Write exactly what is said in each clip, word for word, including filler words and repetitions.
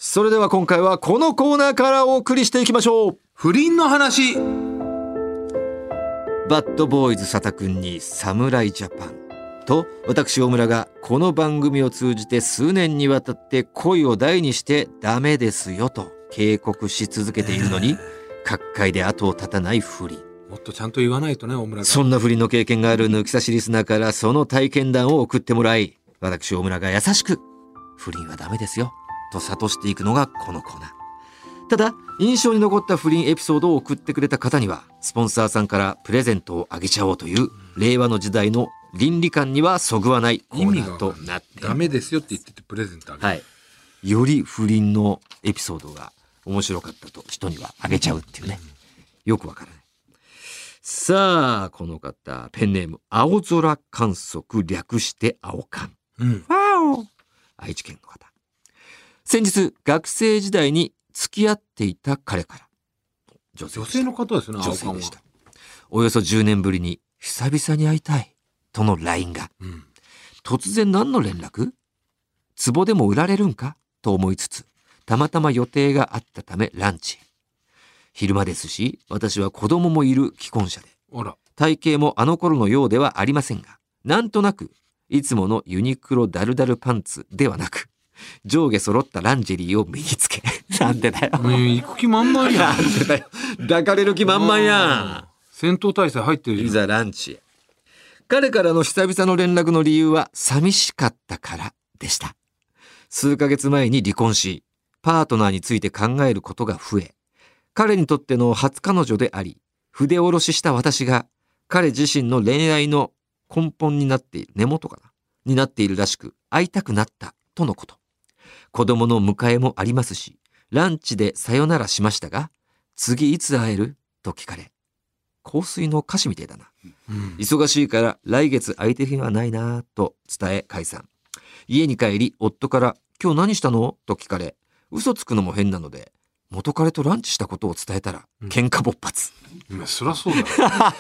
それでは今回はこのコーナーからお送りしていきましょう。 不倫の話。 バッドボーイズ佐田くんに侍ジャパンと、私大村がこの番組を通じて数年にわたって恋を大にしてダメですよと警告し続けているのに、各界で後を絶たない不倫。 もっとちゃんと言わないとね、大村が。 そんな不倫の経験がある抜き差しリスナーからその体験談を送ってもらい、私大村が優しく不倫はダメですよと諭していくのがこのコーナー。ただ印象に残った不倫エピソードを送ってくれた方にはスポンサーさんからプレゼントをあげちゃおうという令和の時代の倫理観にはそぐわないコーナーとなっている。 ダメですよって言っててプレゼントあげる、 はい、より不倫のエピソードが面白かったと人にはあげちゃうっていうね、よくわからない。さあこの方ペンネーム青空観測略して青観、 うん、 わお愛知県の方。先日学生時代に付き合っていた彼から女性女性の方ですね。 女性でした。およそじゅうねんぶりに久々に会いたいとの ライン が、うん、突然何の連絡？壺でも売られるんかと思いつつたまたま予定があったためランチへ。昼間ですし私は子供もいる既婚者で、 あら体型もあの頃のようではありませんが、なんとなくいつものユニクロダルダルパンツではなく上下揃ったランジェリーを身につけなんでだよ、 ね、行く気満々やん。 なんでだよ、抱かれる気満々やん。 戦闘態勢入ってるじゃん。 いざランチへ。彼からの久々の連絡の理由は寂しかったからでした。数ヶ月前に離婚しパートナーについて考えることが増え、彼にとっての初彼女であり筆下ろしした私が彼自身の恋愛の根本になっている根元かなになっているらしく会いたくなったとのこと。子供の迎えもありますしランチでさよならしましたが、次いつ会えると聞かれ、香水の歌詞みてえだな、うん、忙しいから来月空いてる日はないなと伝え解散。家に帰り夫から今日何したのと聞かれ、嘘つくのも変なので元彼とランチしたことを伝えたら、うん、喧嘩勃発。 いやそりゃそうだよ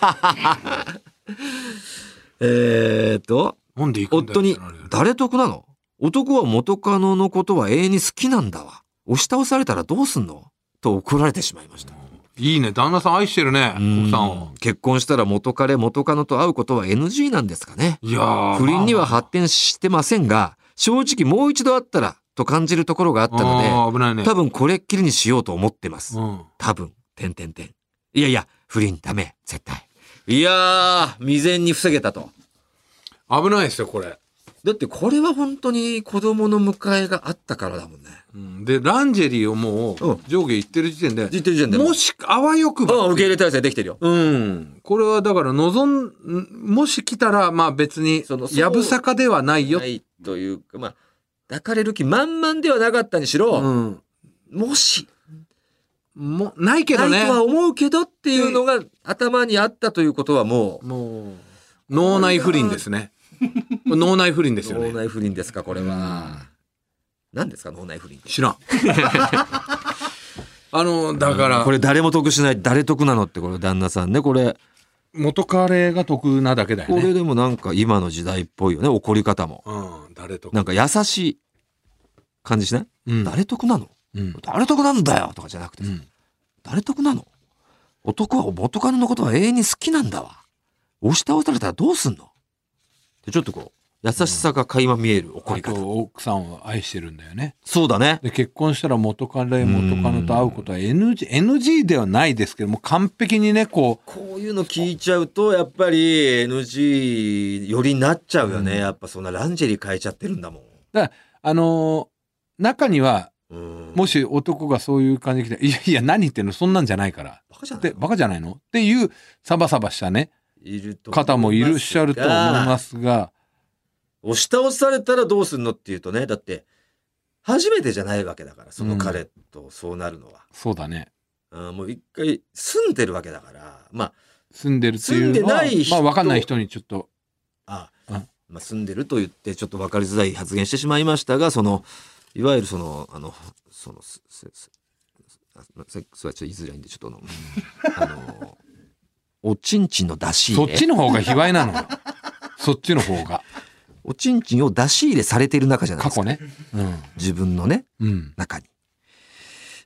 えーとなんで行くんだよ夫に誰得なの？男は元カノのことは永遠に好きなんだわ。押し倒されたらどうすんの？と怒られてしまいました。 いいね、旦那さん愛してるね、奥さんを。 結婚したら元彼元カノと会うことは エヌジー なんですかね。 いや不倫には発展してませんが、正直もう一度会ったらと感じるところがあったので、 危ないね、 多分これっきりにしようと思ってます、 うん、 多分てんてんてん。いやいや不倫ダメ絶対。いやー未然に防げたと。 危ないですよこれ。 だってこれは本当に子供の迎えがあったからだもんね、 うん、でランジェリーをもう上下行ってる時点で、うん、 ってる時点でもしあわよくば、 うん、受け入れ体制できてるよ。 うんこれはだから望んもし来たらまあ別にやぶさかではないよないというか、まあ抱かれる気満々ではなかったにしろ、うん、もしもないけどねないとは思うけどっていうのが頭にあったということはもうもう脳内不倫ですね脳内不倫ですよね。 脳内不倫ですかこれは。何ですか脳内不倫って。 知らんあのだから、 うん、これ誰も得しない誰得なのってこれ旦那さんね、これ元彼が得なだけだよね。 これでもなんか今の時代っぽいよね、怒り方も、 うん、誰得なんか優しい感じしない、うん、誰得なの、うん、誰得なんだよとかじゃなくて、うん、誰得なの？男は元カノのことは永遠に好きなんだわ。押し倒されたらどうすんの？ちょっとこう優しさが垣間見える怒り方、うん、 あと奥さんを愛してるんだよね。 そうだね。 で結婚したら元彼元カノと会うことは エヌジー, エヌジー ではないですけども完璧にねこうこういうの聞いちゃうとやっぱり エヌジー 寄りになっちゃうよね、うん、やっぱそんなランジェリー変えちゃってるんだもん。 だからあのー、中にはもし男がそういう感じで来ていやいや何言ってんのそんなんじゃないからバカじゃないでバカじゃないのっていうサバサバしたねいると方もいらっしゃると思いますが、 押し倒されたらどうすんのっていうとね、だって初めてじゃないわけだからその彼とそうなるのは、うん、 そうだね。 あもう一回住んでるわけだから、まあ住んでるっていうのは住んでない人、 まあ分かんない人にちょっとああ、まあ、住んでると言ってちょっと分かりづらい発言してしまいましたが、そのいわゆるそのあのそのセックスはちょっと言いづらいんでちょっとのあのおちんちんの出し入れ、 そっちの方が卑猥なのよそっちの方がおちんちんを出し入れされている中じゃないですか過去ね、うん、 自分のね、 うん、 中に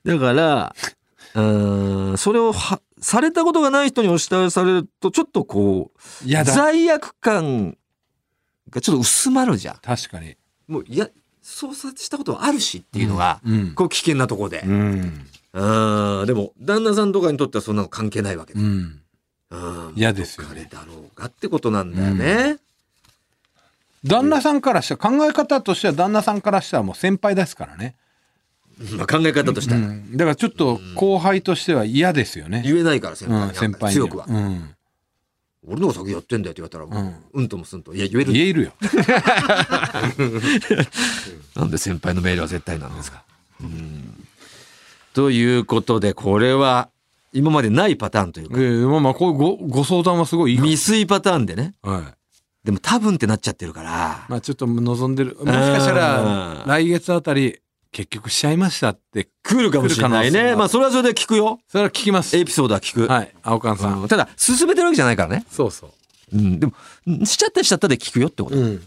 だからうーんそれをはされたことがない人にお慕いされるとちょっとこうやだ罪悪感がちょっと薄まるじゃん。 確かにもういや操作したことはあるしっていうのが、 うんうんこう危険なところで、 うんうんでも旦那さんとかにとってはそんなの関係ないわけで、 うんうん嫌ですよね彼だろうがってことなんだよね、 旦那さんからしたら考え方としては旦那さんからしたらもう先輩ですからね、 まあ、考え方としては、 うん、だからちょっと後輩としては嫌ですよね、 言えないから先輩に、 うん、先輩に強くは、 うん、 俺の方が先やってんだよって言われたらもう、 うんうんともすんといや言える言えるよなんで先輩の命令は絶対なんですか、うんということでこれは今までないパターンというか、 えー、まあまあこういうごご相談はすごいいいかも未遂パターンでね、 はいでも多分ってなっちゃってるからまあちょっと望んでるもしかしたらうん来月あたり結局しちゃいましたって来るかもしれない来る可能性がね。まあそれはそれで聞くよ。 それは聞きますエピソードは聞く。 はい青缶さん、 うんただ進めてるわけじゃないからね。 そうそううん、でもんしちゃったりしちゃったで聞くよってこと。 うん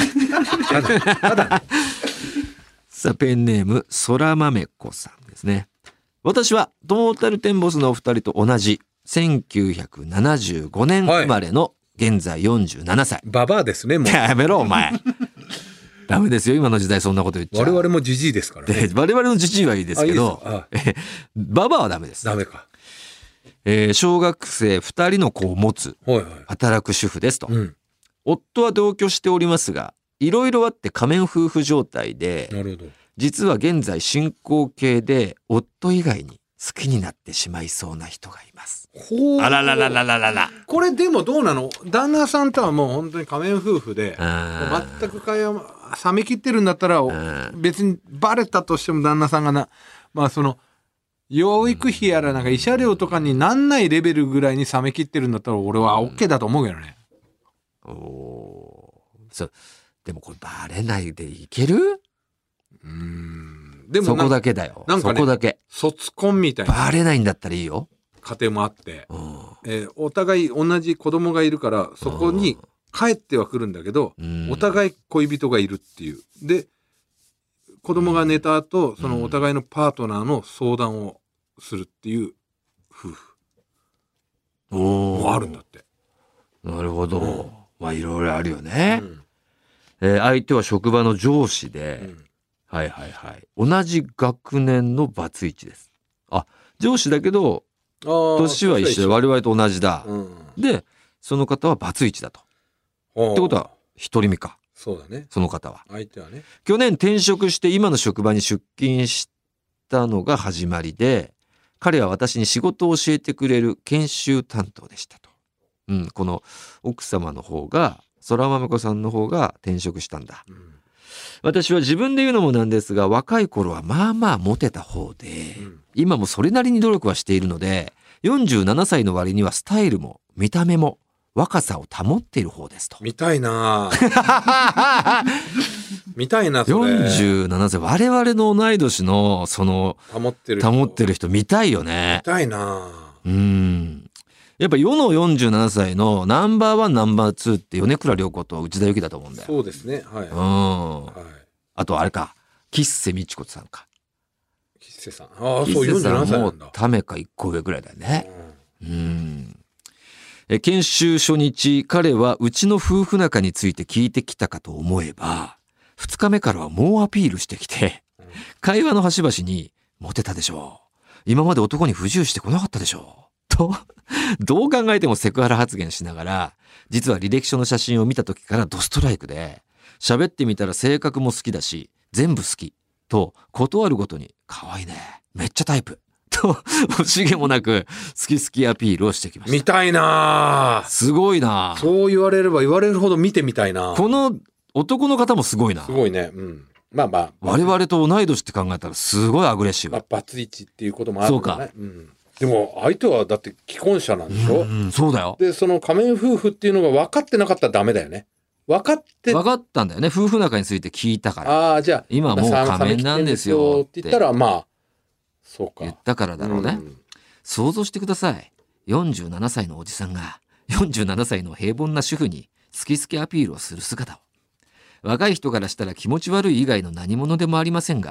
さあペンネームそらまめこさんですね。私はトータルテンボスのお二人と同じせんきゅうひゃくななじゅうごねん生まれの現在よんじゅうななさい。 ババアですねもうやめろお前。ダメですよ今の時代そんなこと言っちゃ。 我々もジジイですからねで我々のじじいはいいですけど、 あいいですえババアはダメです。 ダメかえー小学生ふたりの子を持つはいはい働く主婦ですと、 うん夫は同居しておりますがいろいろあって仮面夫婦状態でなるほど実は現在進行形で夫以外に好きになってしまいそうな人がいます。 ほうあららららららら。 これでもどうなの旦那さんとはもう本当に仮面夫婦であ全く会話冷めきってるんだったらー別にバレたとしても旦那さんがなまあその養育費やらなんか慰謝料とかになんないレベルぐらいに冷めきってるんだったら俺は OK だと思うけどね、 おーそうでもこれバレないでいける？ うーんでもそこなんかだけだよ。 なんかねそこだけ。 卒婚みたいなバレないんだったらいいよ。 家庭もあって、 うんえーお互い同じ子供がいるからそこに帰ってはくるんだけど、 うんお互い恋人がいるっていうで子供が寝た後そのお互いのパートナーの相談をするっていう夫婦おもーあるんだって、 なるほど、 うんまあいろいろあるよね、 うんえー相手は職場の上司で、 うんはいはいはい同じ学年のバツイチです。あ上司だけどあー年は一緒で我々と同じだ、 うんでその方はバツイチだとっってことは一人目かそうだねその方は相手はね去年転職して今の職場に出勤したのが始まりで彼は私に仕事を教えてくれる研修担当でしたと、うん、この奥様の方が空豆子さんの方が転職したんだ。 うん私は自分で言うのもなんですが若い頃はまあまあモテた方で、 うん今もそれなりに努力はしているのでよんじゅうななさいの割にはスタイルも見た目も若さを保っている方ですと。 見たいなぁ見たいなそれよんじゅうななさい我々の同い年のその保ってる人保ってる人見たいよね見。たいなぁうんやっぱ世のよんじゅうななさいのナンバーワンナンバーツーって米倉涼子と内田有紀だと思うんだよ。 そうですねはい、 うんはいあとあれか吉瀬美智子さんか。 吉瀬さんああそう吉瀬さんよんじゅうななさいなもんだためかいっこ上ぐらいだよね。 うんうんえ研修初日彼はうちの夫婦仲について聞いてきたかと思えばふつかめからは猛アピールしてきて会話の端々にモテたでしょう今まで男に不自由してこなかったでしょうとどう考えてもセクハラ発言しながら実は履歴書の写真を見た時からドストライクで喋ってみたら性格も好きだし全部好きと断るごとに可愛いねめっちゃタイプと惜しげもなく好き好きアピールをしてきました。 見たいなぁすごいな。 そう言われれば言われるほど見てみたいなこの男の方もすごいな。 すごいねうんまあまあ我々と同い年って考えたらすごいアグレッシブ。 まあ、バツイチっていうこともあるんだねそううん、でも相手はだって既婚者なんでしょ、 うん、そうだよ。 でその仮面夫婦っていうのが分かってなかったらダメだよね分かって分かったんだよね。夫婦仲について聞いたから。 ああじゃあ今もう仮面なんですよって言ったらまあそうか言ったからだろうね。 ん想像してください。よんじゅうななさいのおじさんがよんじゅうななさいの平凡な主婦に好き好きアピールをする姿を。若い人からしたら気持ち悪い以外の何者でもありませんが、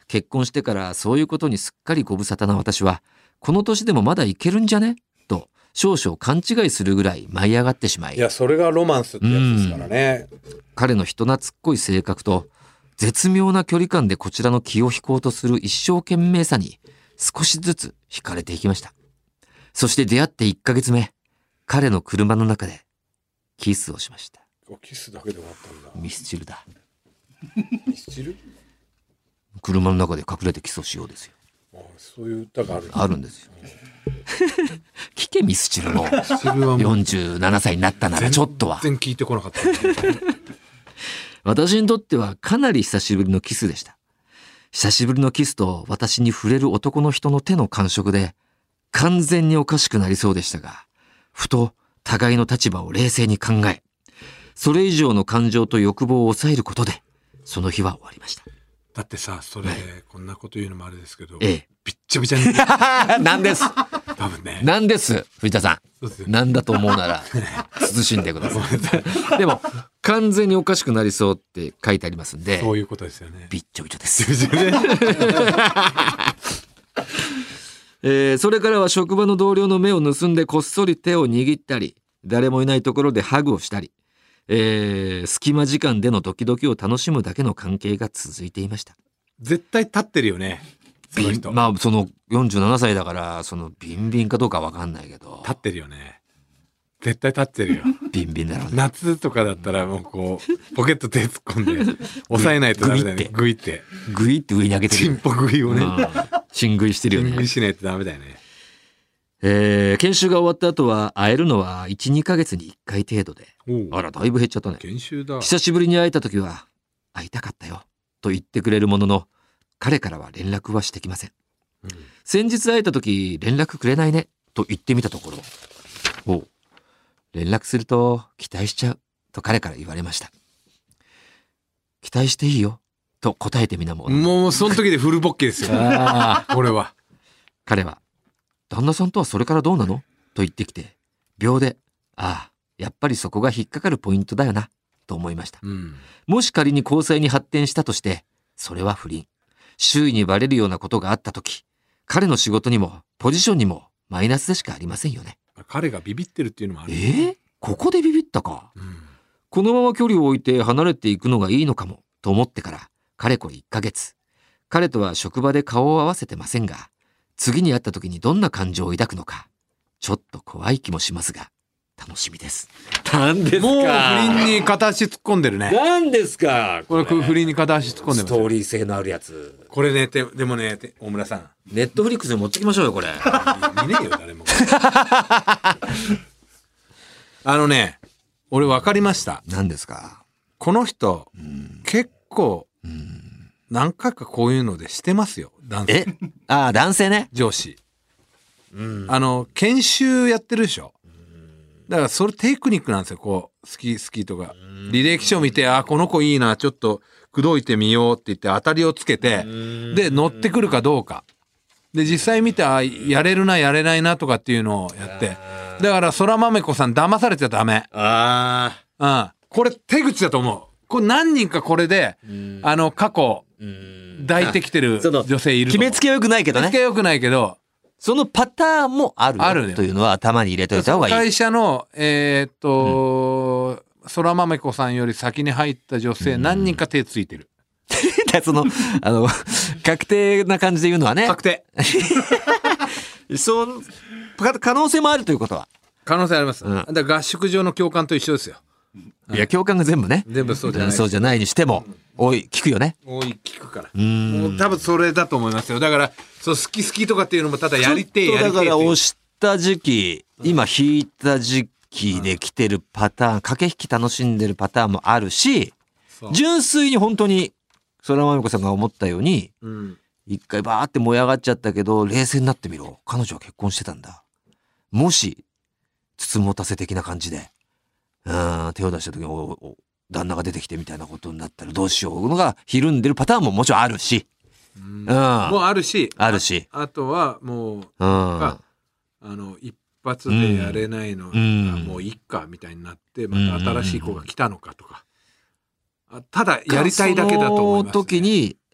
結婚してからそういうことにすっかりご無沙汰な私は、この年でもまだいけるんじゃねと少々勘違いするぐらい舞い上がってしまい、 いやそれがロマンスってやつですからね。 彼の人懐っこい性格と絶妙な距離感でこちらの気を引こうとする一生懸命さに少しずつ惹かれていきました。そして出会っていっかげつめ、彼の車の中でキスをしました。 キスだけで終わったんだ。 ミスチルだ。 ミスチル？ 車の中で隠れてキスをしようですよ。 ああ、そういう歌がある。 あるんですよ。聞けミスチルのミスチルはもうよんじゅうななさいになったならちょっとは。 全然聞いてこなかった。 私にとってはかなり久しぶりのキスでした。久しぶりのキスと私に触れる男の人の手の感触で完全におかしくなりそうでしたが、ふと互いの立場を冷静に考え、それ以上の感情と欲望を抑えることでその日は終わりました。 だってさ、それ、 はいこんなこと言うのもあれですけど、 ええ、 びっちゃびちゃになんです多分ね。 なんです藤田さそうですよん、なんだと思うなら慎んでください。でも完全におかしくなりそうって書いてありますんで、 そういうことですよね。 びっちょびちょです。えーそれからは職場の同僚の目を盗んでこっそり手を握ったり、誰もいないところでハグをしたり、えー隙間時間でのドキドキを楽しむだけの関係が続いていました。 絶対立ってるよね。その人。 まあそのよんじゅうななさいだからそのビンビンかどうかわかんないけど、 立ってるよね。絶対立ってるよ。 ビンビンだろうね。 夏とかだったらもうこうポケット手突っ込んで押さえないとダメだよね。グイってグイって上に上げてるチンポグイをね、 うんチングイしてるよねチングイ。しないとダメだよね。 えー研修が終わった後は会えるのは いちにかげつにいっかい程度で、 おうあらだいぶ減っちゃったね。 研修だ。 久しぶりに会えた時は会いたかったよと言ってくれるものの、彼からは連絡はしてきません。 うん先日会えた時連絡くれないねと言ってみたところ、おう連絡すると期待しちゃうと彼から言われました。期待していいよと答えてみなもの、 もうその時でフルボッケですよ。 あーこれは。 彼は旦那さんとはそれからどうなのと言ってきて、秒でああやっぱりそこが引っかかるポイントだよなと思いました。 うん。 もし仮に交際に発展したとして、それは不倫。周囲にバレるようなことがあったとき、彼の仕事にもポジションにもマイナスでしかありませんよね。 彼がビビってるっていうのもあえる。 ー、ここでビビったか。 うん。 このまま距離を置いて離れていくのがいいのかもと思ってからかれこれいっかげつ。彼とは職場で顔を合わせてませんが、次に会った時にどんな感情を抱くのか、ちょっと怖い気もしますが、楽しみです。なんですか。 もう不倫に片足突っ込んでるね。 なんですか。 これ不倫に片足突っ込んでますよ。 ストーリー性のあるやつ。 これね、てでもね、て大村さん。 ネットフリックスに持ってきましょうよこれ。 見ねえよ誰も。あのね、俺分かりました。 何ですか。 この人、 うん結構うん何回かこういうのでしてますよ。男性え、ああ男性ね。 上司。 うんあの研修やってるでしょ。だからそれテクニックなんですよ。こう好き好きとか履歴書見て、あこの子いいな、ちょっと口説いてみようって言って当たりをつけて、で乗ってくるかどうかで実際見て、あやれるなやれないなとかっていうのをやって、だから空豆子さん騙されちゃダメ。 あうん、これ手口だと思う。これ何人かこれであの過去抱いてきてるその女性いると思う。 決めつけは良くないけどね。 決めつけは良くないけど、 そのパターンもあるあるよというのは頭に入れといた方がいい。 会社のえーっと、空豆子さんより先に入った女性何人か手ついてる。 そのあの確定な感じで言うのはね。 確定。 そうか可能性もあるということは。 可能性あります。 うんだから合宿場の教官と一緒ですよ。 いや共感が全部ね。 全部そうじゃない。 そうじゃないにしても、おい聞くよね。 もう聞くから。 うーんもう多分それだと思いますよ。だからそう好き好きとかっていうのもただやりてえやりてえちょっとだからっていう押した時期、今引いた時期で来てるパターン、駆け引き楽しんでるパターンもあるし、 そう純粋に本当に空豆子さんが思ったようにうん。 一回バーって燃え上がっちゃったけど、冷静になってみろ、彼女は結婚してたんだ。もし筒持たせ的な感じでうん手を出した時におお旦那が出てきてみたいなことになったらどうしようのがひるんでるパターンももちろんあるし、 うんうん、 もうああるし、 るし、 あとはもううん、 あの一発でやれないのがうんもういいかみたいになってまた新しい子が来たのかとか、あただやりたいだけだと思います、ね。 その時に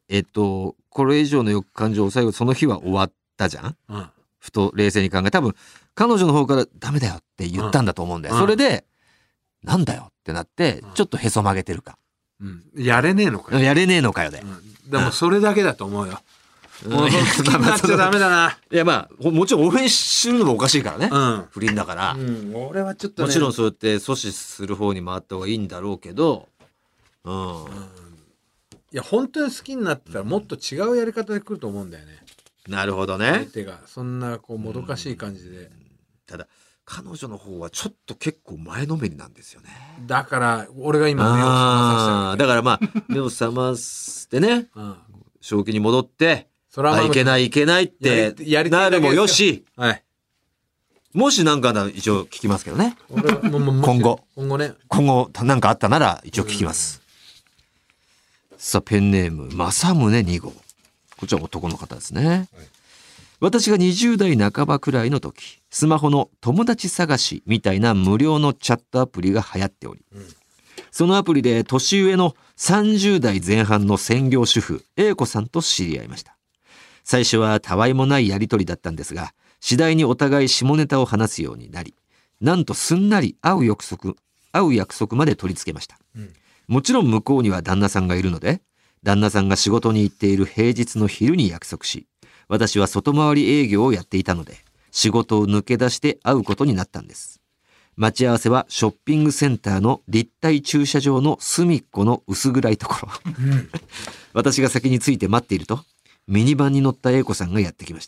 えっとこれ以上の欲感情を最後その日は終わったじゃん。 うんふと冷静に考え、多分彼女の方からダメだよって言ったんだと思うんだよ、 うんそれでなんだよってなってうんちょっとへそ曲げてるか、 うんやれねえのかよ、 やれねえのかよで、 うんでもそれだけだと思うよ、 うんもう好きになっちゃダメだな。 いやまあほもちろん応援するのもおかしいからね、 うん不倫だから、 うん、俺はちょっとねもちろんそうやって阻止する方に回った方がいいんだろうけど、うん、 うんいや本当に好きになってたらもっと違うやり方で来ると思うんだよね、 なるほど相ね。 手がそんなこうもどかしい感じで、 ただ彼女の方はちょっと結構前のめりなんですよね。 だから俺が今目を覚まあーだからまあ目を覚ましてねさせてあげる、うん、 正気に戻ってそれはまああいけないいけないってやりやりたないるだけですよもよし、 はいもしなんかなら一応聞きますけどね。 俺はもうもうもし今後今後ね今後なんかあったなら一応聞きます。さあペンネーム正宗に号、こちら男の方ですね。私がにじゅう代半ばくらいの時、スマホの友達探しみたいな無料のチャットアプリが流行っており、 うんそのアプリで年上のさんじゅう代前半の専業主婦 A 子さんと知り合いました。最初はたわいもないやりとりだったんですが、次第にお互い下ネタを話すようになり、なんとすんなり会う約束会う約束まで取り付けました。 うんもちろん向こうには旦那さんがいるので、旦那さんが仕事に行っている平日の昼に約束し、私は外回り営業をやっていたので、仕事を抜け出して会うことになったんです。待ち合わせはショッピングセンターの立体駐車場の隅っこの薄暗いところ。 うん私が先に着いて待っていると、ミニバンに乗った A 子さんがやってきました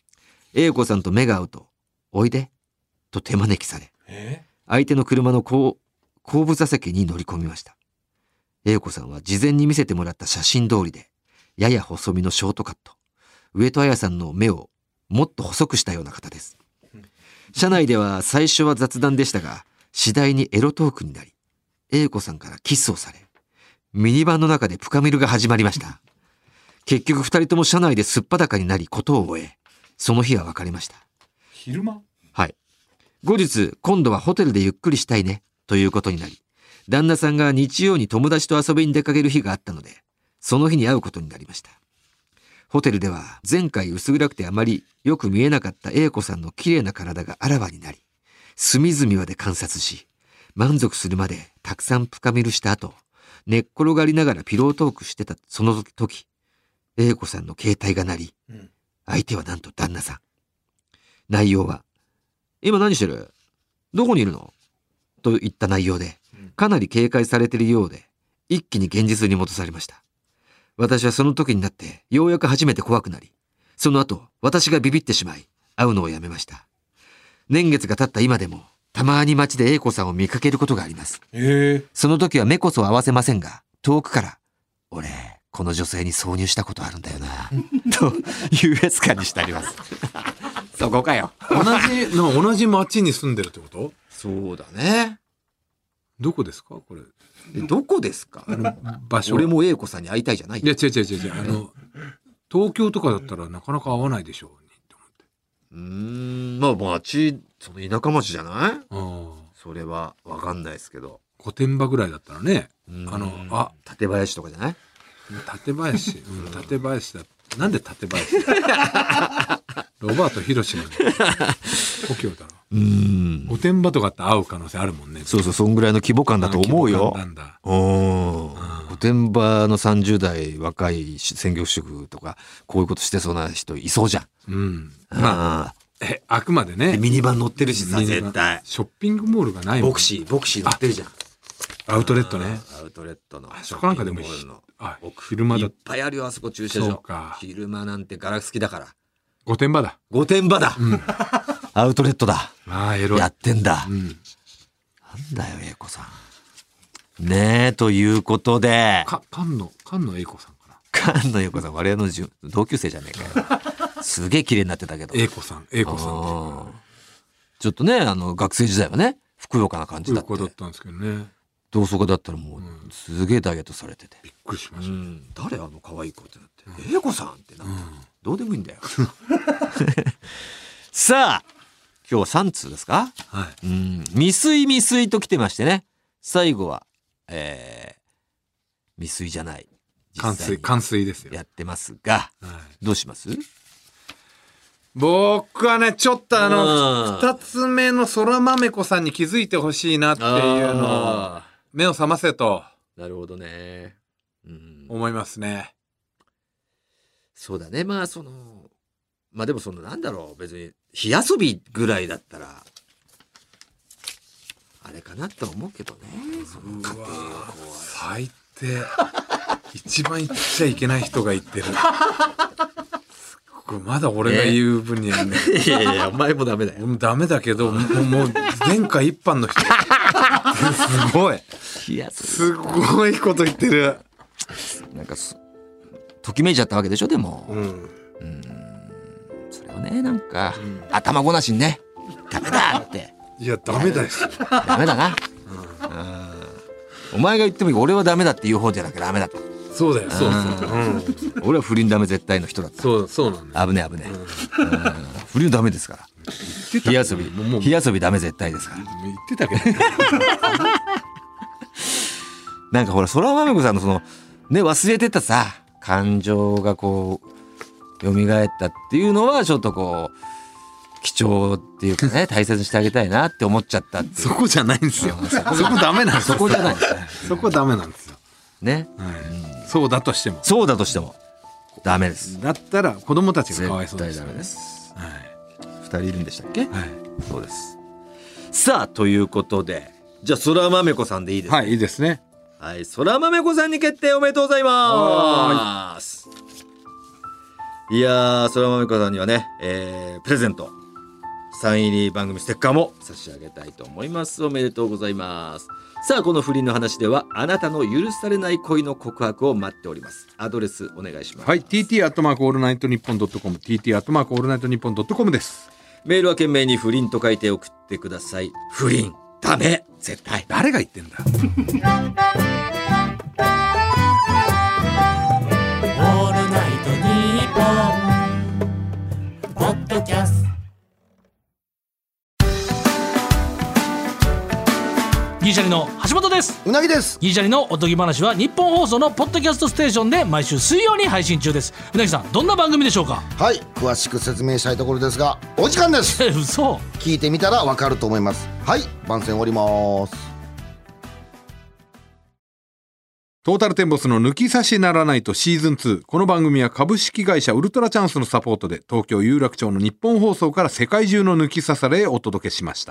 。A 子さんと目が合うと、おいで、と手招きされ、 え相手の車の後後部座席に乗り込みました。A 子さんは事前に見せてもらった写真通りで、やや細身のショートカット、上戸彩さんの目をもっと細くしたような方です。車内では最初は雑談でしたが、次第にエロトークになり、A 子さんからキスをされ、ミニバンの中でプカミルが始まりました。結局二人とも車内ですっぱだかになりことを終え、その日は別れました。 昼間はい。後日、今度はホテルでゆっくりしたいね、ということになり、旦那さんが日曜に友達と遊びに出かける日があったので、その日に会うことになりました。ホテルでは前回薄暗くてあまりよく見えなかった A 子さんの綺麗な体があらわになり、隅々まで観察し、満足するまでたくさん深見るした後、寝っ転がりながらピロートークしてたその時、A 子さんの携帯が鳴り、 うん相手はなんと旦那さん。内容は、今何してる？どこにいるの？といった内容で、かなり警戒されているようで、一気に現実に戻されました。私はその時になって、ようやく初めて怖くなり、その後、私がビビってしまい、会うのをやめました。年月が経った今でも、たまに街で A 子さんを見かけることがあります。 えその時は目こそ合わせませんが、遠くから、俺、この女性に挿入したことあるんだよな、と優越感にしてあります。そこかよ。 同じの同じ町に住んでるってこと？ そうだね。 どこですかこれ？ えどこですか？ あの場所。 俺も A 子さんに会いたいじゃない。 いや違う違う違う違うあの東京とかだったらなかなか会わないでしょうにってうーん、まあ町、その田舎町じゃない？ 思って。ああ。 それはわかんないですけど。 御殿場ぐらいだったらね。 うんあのあ館林とかじゃない？ 館林、うん、館林だ。なんで館林？ロバート広島の故郷だろ。 うーん。 御殿場とかって会う可能性あるもんね。 そうそう、そんぐらいの規模感だと思うよ。 あ規模感なんだ。 うん。御殿場のさんじゅう代若い専業主婦とか、こういうことしてそうな人いそうじゃん。 うん。まあ、え、あくまでね。 ミニバン乗ってるしさ、 ミニバン絶対。 ショッピングモールがないもん。 ボクシー、ボクシー乗ってるじゃん。 アウトレットね。 アウトレットの。 そこなんかでもショッピングモールのあ、 奥昼間だいっ。ぱいあるよ、あそこ駐車場そうか。 昼間なんてガラス好きだから。 御殿場だ。 御殿場だ、 うん。 アウトレットだ。 ああ、エロい。 やってんだ。 うん。 なんだよ、英子さん。ねえ、ということで。 か、菅野、菅野英子さんかな。 菅野英子さん、我々のじゅ同級生じゃねえかよ。すげえ綺麗になってたけど。 英子さん、英子さんっていうあーか。 ちょっとね、あの、学生時代はね、ふくよかな感じだって。 子だったんですけどね。 同窓会だったらもう、すげえダイエットされてて。 びっくりしました。 うん、誰あの可愛い子ってなって。英子さんってなって。どうでもいいんだよ。さあ、今日はさん通ですか？ はい。 うん、未遂未遂と来てましてね。最後は、えー、未遂じゃない。 冠水冠水ですよ。 やってますが、 はい、 どうします？ 僕はねちょっとあのうんふたつめの空豆子さんに気づいてほしいなっていうのをあ目を覚ませとーなるほどね、うん、 思いますね。 そうだね。まあそのまあでもそのなんだろう、別に火遊びぐらいだったらあれかなと思うけどね。その家庭をこう最低一番言っちゃいけない人が言ってるまだ俺が言う分にはね、 いやいやお前もダメだよ。 もうダメだけどもう、もう前回一般の人すごい火遊びすごいこと言ってる。 なんかときめいちゃったわけでしょ。でも、 うん、 うんそれをねなんか、 うん、 頭ごなしにねダメだっていやダメだよダメだな、うん、お前が言ってもいい、俺はダメだって言う方じゃなくてダメだと。 そうだよそうそう、うん、 俺は不倫ダメ絶対の人だった。 そうそうなんだよ。 危ね危ね、うん、不倫ダメですから。火遊び火遊びダメ絶対ですから言ってたけどなんかほら空豆子さんのそのね忘れてたさ感情がこう蘇ったっていうのはちょっとこう貴重っていうかね大切にしてあげたいなって思っちゃったっていう。 そこじゃないんですよ。そこダメなんですよ。 そこじゃないそこダメなんですよね、 はいうん、そうだとしてもそうだとしてもダメです。 だったら子供たちがかわいそうです、 絶対ダメです、 はい、 ふたりいるんでしたっけ、 はい、 そうです。さあということでじゃあ空豆子さんでいいですか。 はいいいですね。 はい、空豆子さんに決定おめでとうございます。いやー空豆子さんにはね、えー、プレゼントサイン入り番組ステッカーも差し上げたいと思います。おめでとうございます。さあこの不倫の話ではあなたの許されない恋の告白を待っております。アドレスお願いします。 はい ティーティー アットマークオールナイトニッポンドットコム ティーティー アットマークオールナイトニッポンドットコムです。 メールは懸命に不倫と書いて送ってください。不倫ダメ絶対。 誰が言ってんだオールナイトニッポンポッドキャスト。 ギリシャリの橋本です。 うなぎです。 ギリシャリのおとぎ話は日本放送のポッドキャストステーションで毎週水曜に配信中です。うなぎさんどんな番組でしょうか。 はい、詳しく説明したいところですがお時間です。 え嘘。 聞いてみたらわかると思います。はい番宣終わります。 トータルテンボスの抜き差しならないとシーズンツー。この番組は株式会社ウルトラチャンスのサポートで東京有楽町の日本放送から世界中の抜き差されへお届けしました。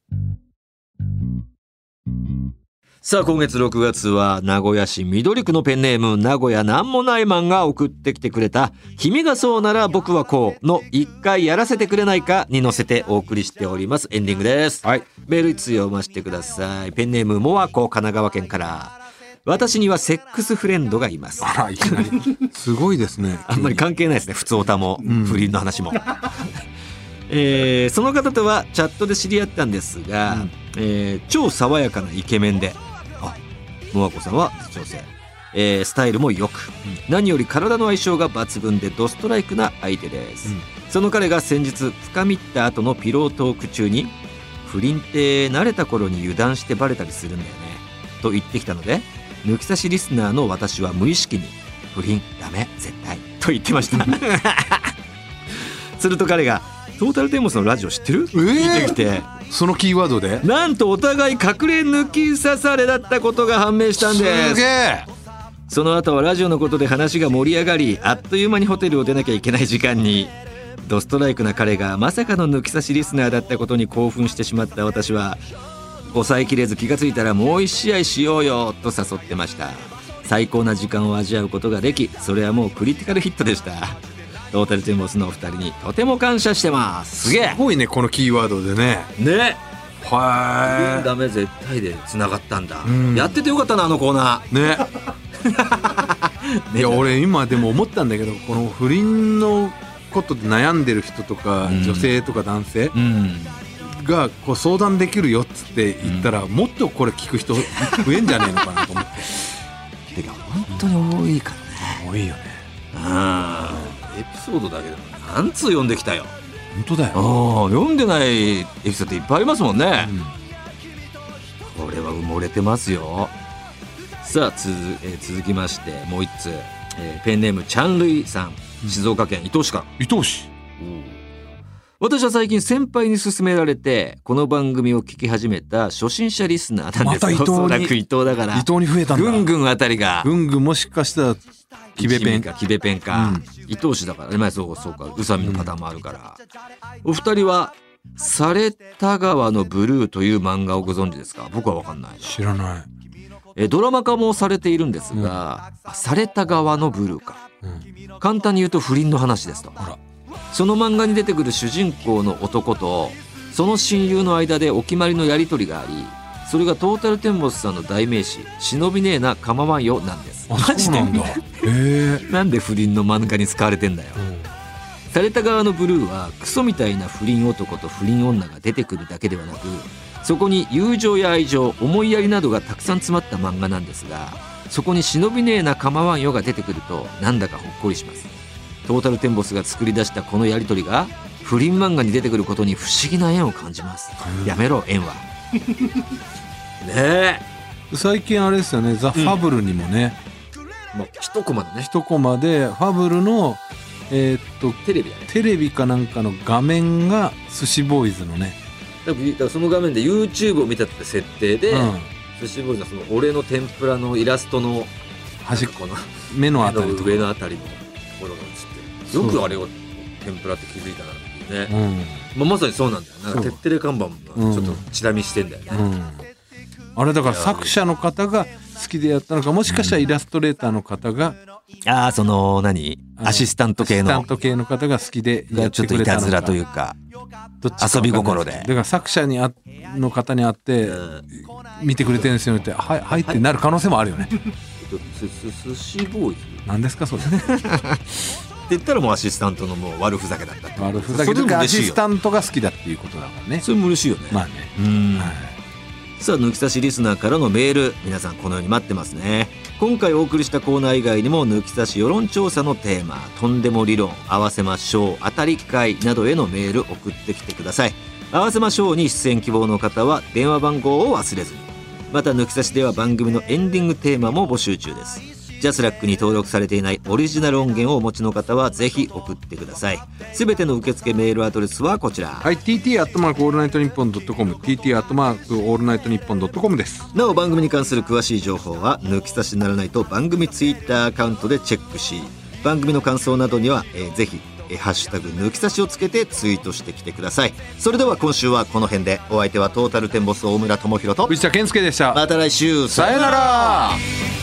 さあ今月ろくがつは名古屋市緑区のペンネーム名古屋なんもないマンが送ってきてくれた君がそうなら僕はこうの一回やらせてくれないかに乗せてお送りしております。エンディングです、はい、メールいつ読ませてください。ペンネームもわこ神奈川県から。私にはセックスフレンドがいます。 あらいきなりすごいですね。 あんまり関係ないですね普通おたも、うん、不倫の話もえー、その方とはチャットで知り合ったんですが、うんえー、超爽やかなイケメンで、あ、もわこさんは女性、えー、スタイルもよく、うん、何より体の相性が抜群でドストライクな相手です、うん、その彼が先日深みった後のピロートーク中に不倫って慣れた頃に油断してバレたりするんだよねと言ってきたので抜き差しリスナーの私は無意識に不倫ダメ絶対と言ってましたすると彼がトータルテンボスのラジオ知ってる、えー、聞いてきてそのキーワードでなんとお互い隠れ抜き差されだったことが判明したんです。 すげえ。 その後はラジオのことで話が盛り上がりあっという間にホテルを出なきゃいけない時間にドストライクな彼がまさかの抜き差しリスナーだったことに興奮してしまった私は抑えきれず気がついたらもう一試合しようよと誘ってました。最高な時間を味わうことができそれはもうクリティカルヒットでした。トータルテンボスのお二人にとても感謝してます。すげえすごいねこのキーワードでね。 ねはーいダメ絶対でつながったんだ、うん、やっててよかったなあのコーナーねいや俺今でも思ったんだけどこの不倫のことで悩んでる人とか、うん、女性とか男性、うん、がこう相談できるよっつって言ったら、うん、もっとこれ聞く人増えんじゃねえのかなと思っててか本当に多いからね。 多いよね。 うんエピソードだけでも何通読んできたよ。 本当だよ。 あ読んでないエピソードいっぱいありますもんね、うん、これは埋もれてますよ。 さあ 続,、えー、続きましてもう一通、えーペンネームチャンルイさん、静岡県伊東市から。 伊東市。 私は最近先輩に勧められてこの番組を聞き始めた初心者リスナーなんです。 また伊藤におそらく伊藤だから伊東に増えたんだ。 ぐんぐんあたりがぐんぐんもしかしたらキベペンかキベペンか、 うん伊東市だからね、まあ、そうそうか宇佐美のパターンもあるから、うん、お二人はサレタ川のブルーという漫画をご存知ですか？僕は分かんない。 知らない。 えドラマ化もされているんですが、うん、サレタ川のブルーか、うん、簡単に言うと不倫の話ですと。 あら。 その漫画に出てくる主人公の男とその親友の間でお決まりのやり取りがあり、それがトータルテンボスさんの代名詞忍びねえな構わんよなんです。 あ、マジで？そうなんだ。へえ。 なんで不倫の漫画に使われてんだよ、うん、された側のブルーはクソみたいな不倫男と不倫女が出てくるだけではなく、そこに友情や愛情、思いやりなどがたくさん詰まった漫画なんですが、そこに忍びねえな構わんよが出てくるとなんだかほっこりします。トータルテンボスが作り出したこのやり取りが不倫漫画に出てくることに不思議な縁を感じます。やめろ縁はねえ。 最近あれですよね、ザ・ファブルにもね、 うん、もう一コマだね。 一コマでファブルのえー、っとテレビだね。 テレビかなんかの画面が寿司ボーイズのね、 だからその画面で YouTube を見たって設定で、うん、寿司ボーイズはその俺の天ぷらのイラストの端っこの目のあたりとか上のあたりのところが映ってる。よくあれを天ぷらって気づいたなっていうね、うん、まあ、まさにそうなんだよ。なんかてってれ看板がちょっとチラ見してんだよね、うんうん、 あれだから作者の方が好きでやったのか、もしかしたらイラストレーターの方が、 うん、ああその何アシスタント系のアシスタント系の方が好きでやってくれたのか、 ちょっといたずらというか遊び心で、 だから作者にあの方に会って、うん、見てくれてるんですよってはいはいってなる可能性もあるよね。 寿司ボーイズ何ですかそれって言ったらもうアシスタントのもう悪ふざけだったって。 悪ふざけとかアシスタントが好きだっていうことだからね。 それも嬉しいよね。 まあね。 うん、はい、さあ抜き差しリスナーからのメール、皆さんこのように待ってますね。今回お送りしたコーナー以外にも抜き差し世論調査のテーマ、とんでも理論、合わせましょう、当たり会などへのメール送ってきてください。合わせましょうに出演希望の方は電話番号を忘れずに。また抜き差しでは番組のエンディングテーマも募集中です。ジャスラックに登録されていないオリジナル音源をお持ちの方はぜひ送ってください。すべての受付メールアドレスはこちら、 はい、ティーティー アットマークオールナイトニッポンドットコム ティーティー アットマークオールナイトニッポンドットコムです。 なお番組に関する詳しい情報は抜き差しならないと番組ツイッターアカウントでチェックし、番組の感想などには、えー、ぜひえー、ハッシュタグ抜き差しをつけてツイートしてきてください。それでは今週はこの辺で。お相手はトータルテンボス大村智広と藤田健介でした。 また来週、 さよなら。